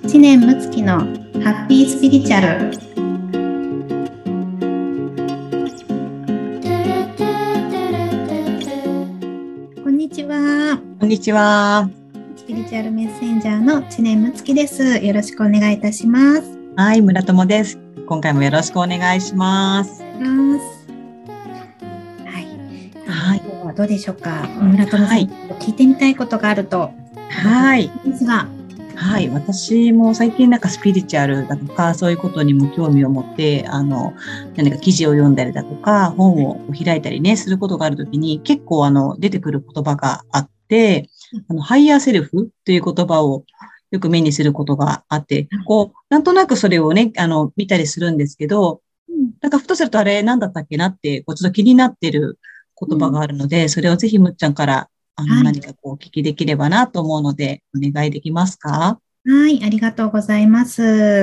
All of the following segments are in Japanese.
知念睦月のハッピースピリチュアル。こんにちは。 こんにちは。 スピリチュアルメッセンジャーの知念睦月です。よろしくお願いいたします。 はい、村友です。今回もよろしくお願いします。 はい。今日はどうでしょうか。村友さん、聞いてみたいことがあると。 はい。 ですが。 はい。私も最近スピリチュアルだとか、そういうことにも興味を持って、何か記事を読んだりだとか、本を開いたりね、することがあるときに、結構出てくる言葉があって、ハイヤーセルフという言葉をよく目にすることがあって、なんとなくそれをね、見たりするんですけど、ふとするとあれ何だったっけなって、ちょっと気になってる言葉があるので、それをぜひむっちゃんから何かお聞きできればなと思うので、お願いできますか？ はい、ありがとうございます。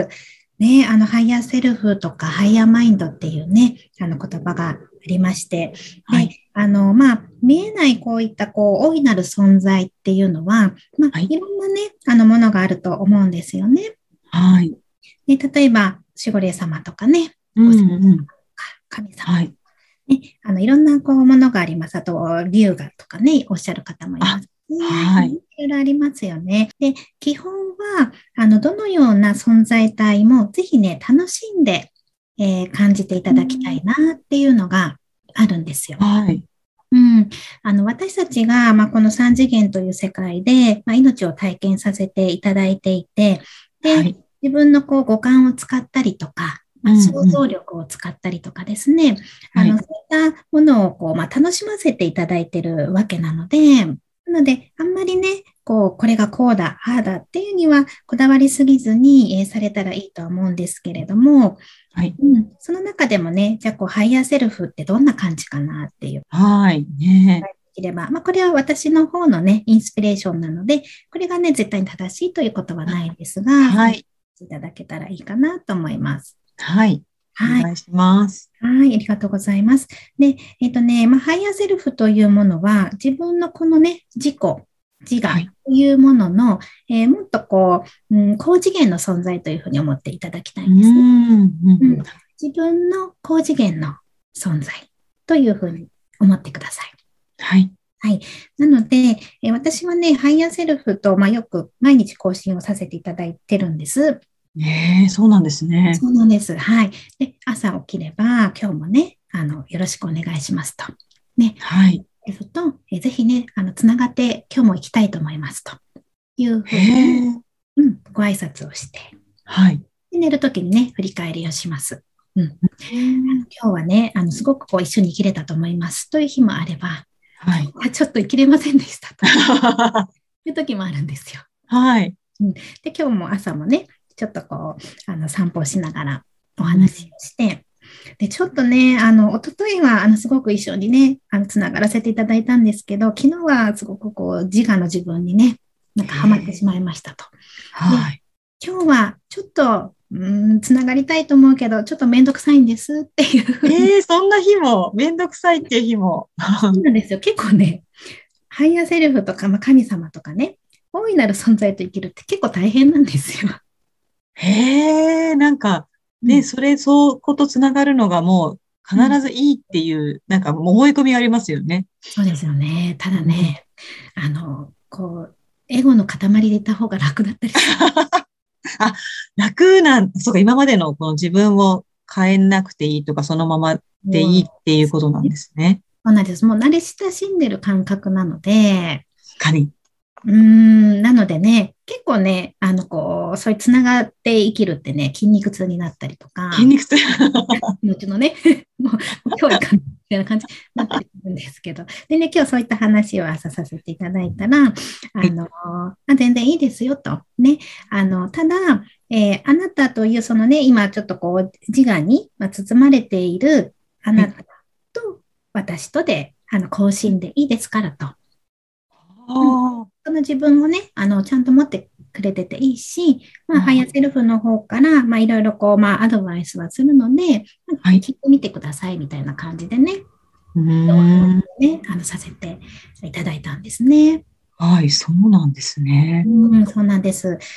ね、ハイヤーセルフとかハイヤーマインドっていうね、言葉がありまして、 はい。 で、見えないこういった大いなる存在っていうのは、 はい。 いろんなね、ものがあると思うんですよね。 はい。 で、例えば、守護霊様とかね、 うんお星様うん。 とか神様。 はい。 ね、いろんなものがあります。あと、龍がとかね、おっしゃる方もいまあ、 す。 はい。 いろいろありますよね。で、基本は、どのような存在体もぜひね、楽しんで、感じていただきたいなっていうのがあるんですよ。 はい。 うん、私たちが、この3次元という世界で、命を体験させていただいていて、で、 はい。 自分の五感を使ったりとか、 うんうん。 想像力を使ったりとかですね、 はい。 そういったものを楽しませていただいているわけなので、あんまりね、これがこうだ、ああだっていうにはこだわりすぎずに、されたらいいとは思うんですけれども、 はい。 その中でもね、じゃあハイヤーセルフってどんな感じかなっていう。 はい。ね。 できれば、これは私の方のね、インスピレーションなので、これがね、絶対に正しいということはないですが、 はい。 いただけたらいいかなと思います。 はい。おはい。 願いします。 はい、ありがとうございます。で、ハイヤーセルフというものは、自分のこのね、自我はい。 というものの、もっと高次元の存在というふうに思っていただきたいうーんですね。 ん。うん。 自分の高次元の存在というふうに思ってください。 はい。 はい。なので、私はね、ハイヤーセルフと、よく毎日更新をさせていただいてるんです。 そうなんですね。 そうなんです。はい。で、朝起きれば、今日もね、よろしくお願いしますと。ね。 はい。 ぜひね、つながって今日も行きたいと思いますというふへうに、 え。 ご挨拶をして、 はい。 で寝るときにね、振り返りをします。 うん。 今日はね、すごく一緒に生きれたと思いますという日もあれば、 はい。 今日はちょっと生きれませんでしたという時もあるんですよ。 はい。 で、今日も朝もね、ちょっと散歩をしながらおうん。 話をして、で、ちょっとね、一昨日は、すごく一緒にね、つながらせていただいたんですけど、昨日はすごく自我の自分にね、ハマってしまいましたと。で、 はい。 今日はちょっと、つながりたいと思うけど、ちょっとめんどくさいんですっていうふうに。 そんな日も、めんどくさいっていう日も。 そうなんですよ。結構ね、ハイヤーセルフとか、神様とかね、大いなる存在と生きるって結構大変なんですよ。 ね、 うん、 そうことつながるのがもう必うん、 ずいいっていう、もう思い込みがありますよね。 そうですよね。ただうん。 ね、エゴの塊でいた方が楽だったりする。 あ、そうか、今までのこの自分を変えなくていいとか、そのままでいいっもていうことなんですね。 そうなんです。もう慣れ親しんでる感覚なので、 確かに。 なのでね、結構ね、そういうつながって生きるってね、筋肉痛になったりとか、 筋肉痛。 うちのね、もう今日いかんみたいな感じになったりするんですけど、でね、今日そういった話を朝させていただいたら、全然いいですよと。ね、ただ、あなたというそのね、今ちょっと自我に包まれているあはい。 なたと私とで、交信でいいですからと。うん、 あその自分をね、ちゃんと持ってくれてていいし、ハイヤーあ、 セルフの方から、いろいろアドバイスはするので、 はい。 聞いてみてくださいみたいな感じでね、 うーお話ん。 をね、させていただいたんですね。 はい、そうなんですね。 うん、そうなんです。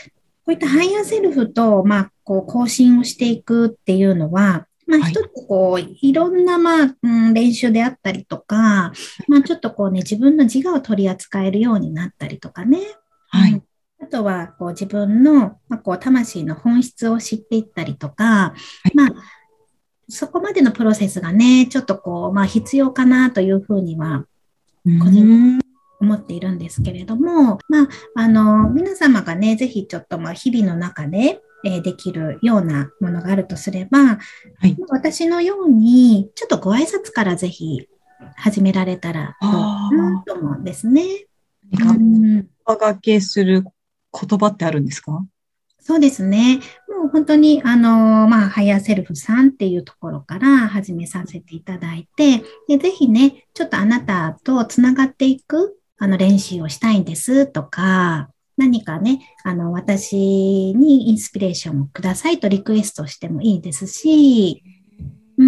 ういったハイヤーセルフと、こう、更新をしていくっていうのは、 はい。 一つ、こう、いろんな、練習であったりとか、ちょっとこうね、自分の自我を取り扱えるようになったりとかね。うはい。 ん。あとは、こう、自分の、こう、魂の本質を知っていったりとか、 はい。 まあ、そこまでのプロセスがね、ちょっとこう、必要かなというふうには、 うー個人ん。 思っているんですけれども、皆様がね、ぜひちょっと日々の中で、できるようなものがあるとすれば、 はい。 私のように、ちょっとご挨拶からぜひ始められたらどうかなああ、 と思うんですね。う何か、 ん、 おがけする言葉ってあるんですか？ そうですね。もう本当に、ハイヤーセルフさんっていうところから始めさせていただいて、で、ぜひね、ちょっとあなたとつながっていく、練習をしたいんですとか、何かね、私にインスピレーションをくださいとリクエストしてもいいですし、うん。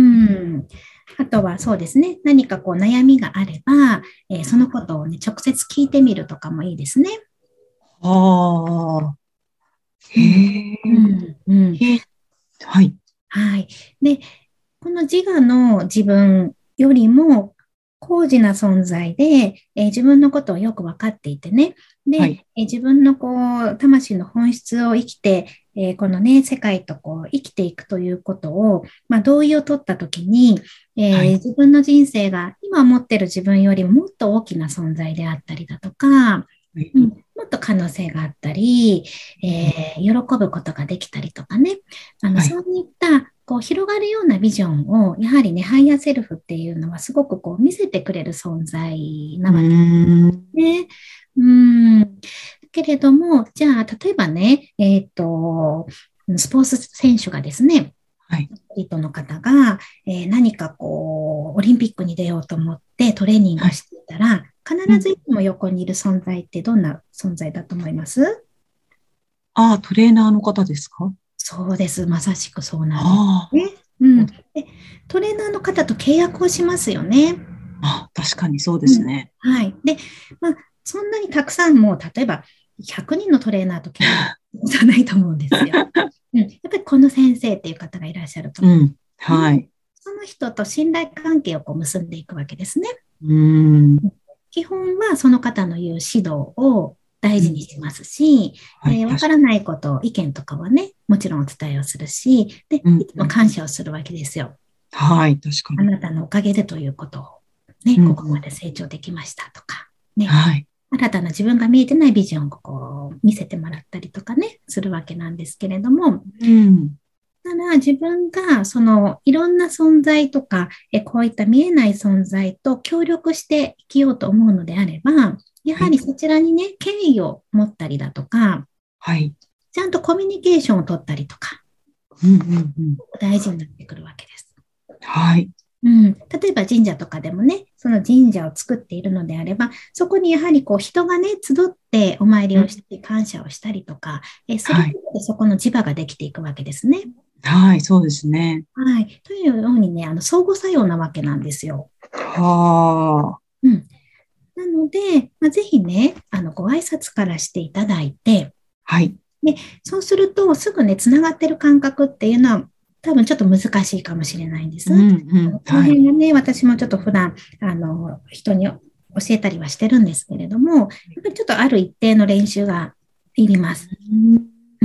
あとはそうですね、何かこう悩みがあれば、そのことをね、直接聞いてみるとかもいいですね。 ああ、へうん。うえ、 ん。うん。 はい。 はい。で、この自我の自分よりも、高次な存在で、自分のことをよく分かっていてね。で、 はい。 自分のこう、魂の本質を生きて、このね、世界とこう、生きていくということを、同意を取ったときに、 はい。 自分の人生が今持ってる自分よりもっと大きな存在であったりだとか、 はい。 うん、もっと可能性があったり、喜ぶことができたりとかね。 はい。 そういったこう広がるようなビジョンを、やはりね、ハイヤーセルフっていうのはすごくこう見せてくれる存在なうーわけん。 ね。うん。けれども、じゃあ、例えばね、スポーツ選手がですね、 はい。 アスリートの方が、何かこう、オリンピックに出ようと思ってトレーニングはい。 をしていたら、必うん。 ずいつも横にいる存在ってどんな存在だと思います？ ああ、トレーナーの方ですか？ そうです。まさしくそうなんですあね。うん。 あ、 で、トレーナーの方と契約をしますよね。 あ、確かにそうでうん。 すね。 はい。で、そんなにたくさんもう、例えば100人のトレーナーと契約じゃないと思うんですよ。うん。やっぱりこの先生っていう方がいらっしゃると思う。 うん。 ね。 はい。 その人と信頼関係をこう結んでいくわけですね。 うーん。 基本はその方の言う指導を大うん。 事にしますし、 はい。 わか確からないこと、意見とかはね、もちろんお伝えをするし、で、 に。うん。 いつも感謝をするわけですよ。 はい。確かに。 あなたのおかげでということを、ね、 うん。 ここうん。 まで成長できましたとか、ね、 はい。 新たな自分が見えてないビジョンをこう見せてもらったりとかね、するわけなんですけれども、 うん。 ただ自分がそのいろんな存在とか、こういった見えない存在と協力して生きようと思うのであれば、やはい。 はりそちらにね、敬意を持ったりだとか、 はい。 ちゃんとコミュニケーションを取ったりとか、 うん。うん。うん。 大事になってくるわけです。 はい。 うん、例えば神社とかでもね、その神社を作っているのであれば、そこにやはりこう人がね、集ってお参りうん。 をして感謝をしたりとか、するはい。 ことでそこの磁場ができていくわけですね。 はい。そうですね。 はい。というようにね、相互作用なわけなんですよ。 はあ。 うん。なので、ぜひね、ご挨拶からしていただいて、 はい。 で、そうすると、すぐね、つながってる感覚っていうのは、多分ちょっと難しいかもしれないんです。 うん。うん。 このはい。 辺がね、私もちょっと普段、人に教えたりはしてるんですけれども、やっぱりちょっとある一定の練習がいります。 うん。 うん。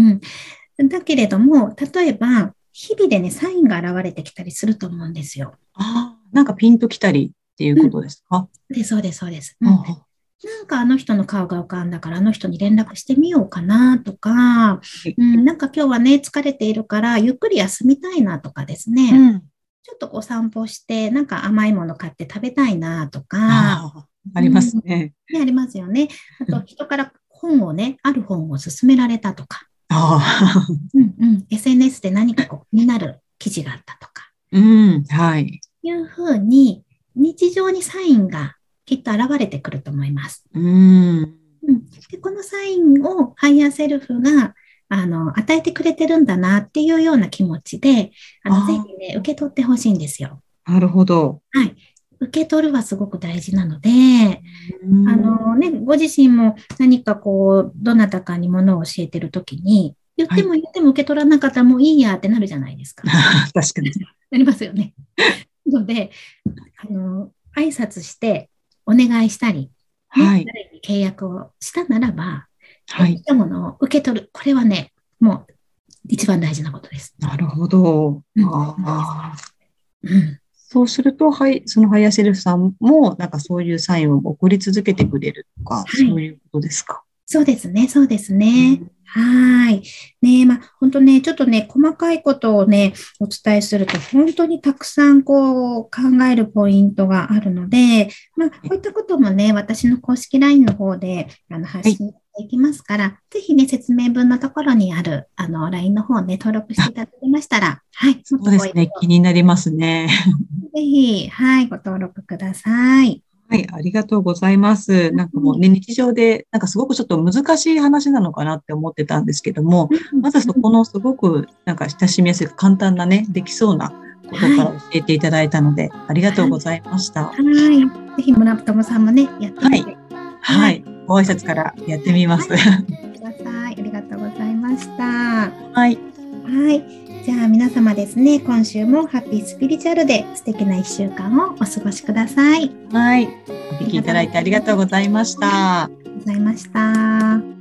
だけれども、例えば、日々でね、サインが現れてきたりすると思うんですよ。 ああ、なんかピンときたりっていうこうん。 とですか？ で、そうです、そうです。うん。 ああ、 なんかあの人の顔が浮かんだからあの人に連絡してみようかなとか、 はい。 なんか今日はね、疲れているからゆっくり休みたいなとかですうね、 ん。 ちょっとこう散歩して、なんか甘いもの買って食べたいなとか、 ああ、ありまうん、 すね。 ね、ありますよね。あとうん。 人から本をね、ある本を勧められたとか、 ああ、 うんうん、SNS で何かこう気になる記事があったとか、 うん。はい。 いうふうに日常にサインがきっと現れてくると思います。 うん。 うん、で、このサインをハイヤーセルフが与えてくれてるんだなっていうような気持ちで、ぜひあね、受け取ってほしいんですよ。 あ、なるほど。 はい。受け取るはすごく大事なので、 うん。 ご自身も何かこう、どなたかにものを教えてるときに、 言っても言っても受け取らなかったらもういいやってなるじゃないですか。 確かに。 なりますよね。ので、挨拶してお願いしたり、ね、 はい。 誰に契約をしたならば、 はい。 来たものを受け取る。これはね、もう一番大事なことです。 なるほど。 うん。 ああ。 うん。 そうすると、はい、そのハイヤーセルフさんも、なんかそういうサインを送り続けてくれるとか、 はい。 そういうことですか。 そうですね、そうですね。 うん、 はい。ね、まあ、本当ね、ちょっとね、細かいことをね、お伝えすると、本当にたくさんこう考えるポイントがあるので、まあ、こういったこともね、私の公式 LINE の方ではい。 発信していきますから、ぜひね、説明文のところにあるLINE の方ね、登録していただけましたら、はい、もっとこういうこそうですね。気になりますね。 と、ぜひ、はい、ご登録ください。 はい、ありがとうございます。なんかもうね、日常で、なんかすごくちょっと難しい話なのかなって思ってたんですけども、 うんうんまずそうん。 このすごくなんか親しみやすい簡単なね、できそうなことはい、 から教えていただいたので、ありがとうはい、 ございました。 はい。ぜひ、村友さんもね、やってはい。 みて。はい。 はい。ご挨拶からやってみます。 はい。ください。ありがとうございました。ははい。 い。じゃあ皆様ですね、今週もハッピースピリチュアルで素敵な1週間をお過ごしください。 はい。おあ聞きいただいてありがとうございりがとうございまします。 た。 ありがとうございました。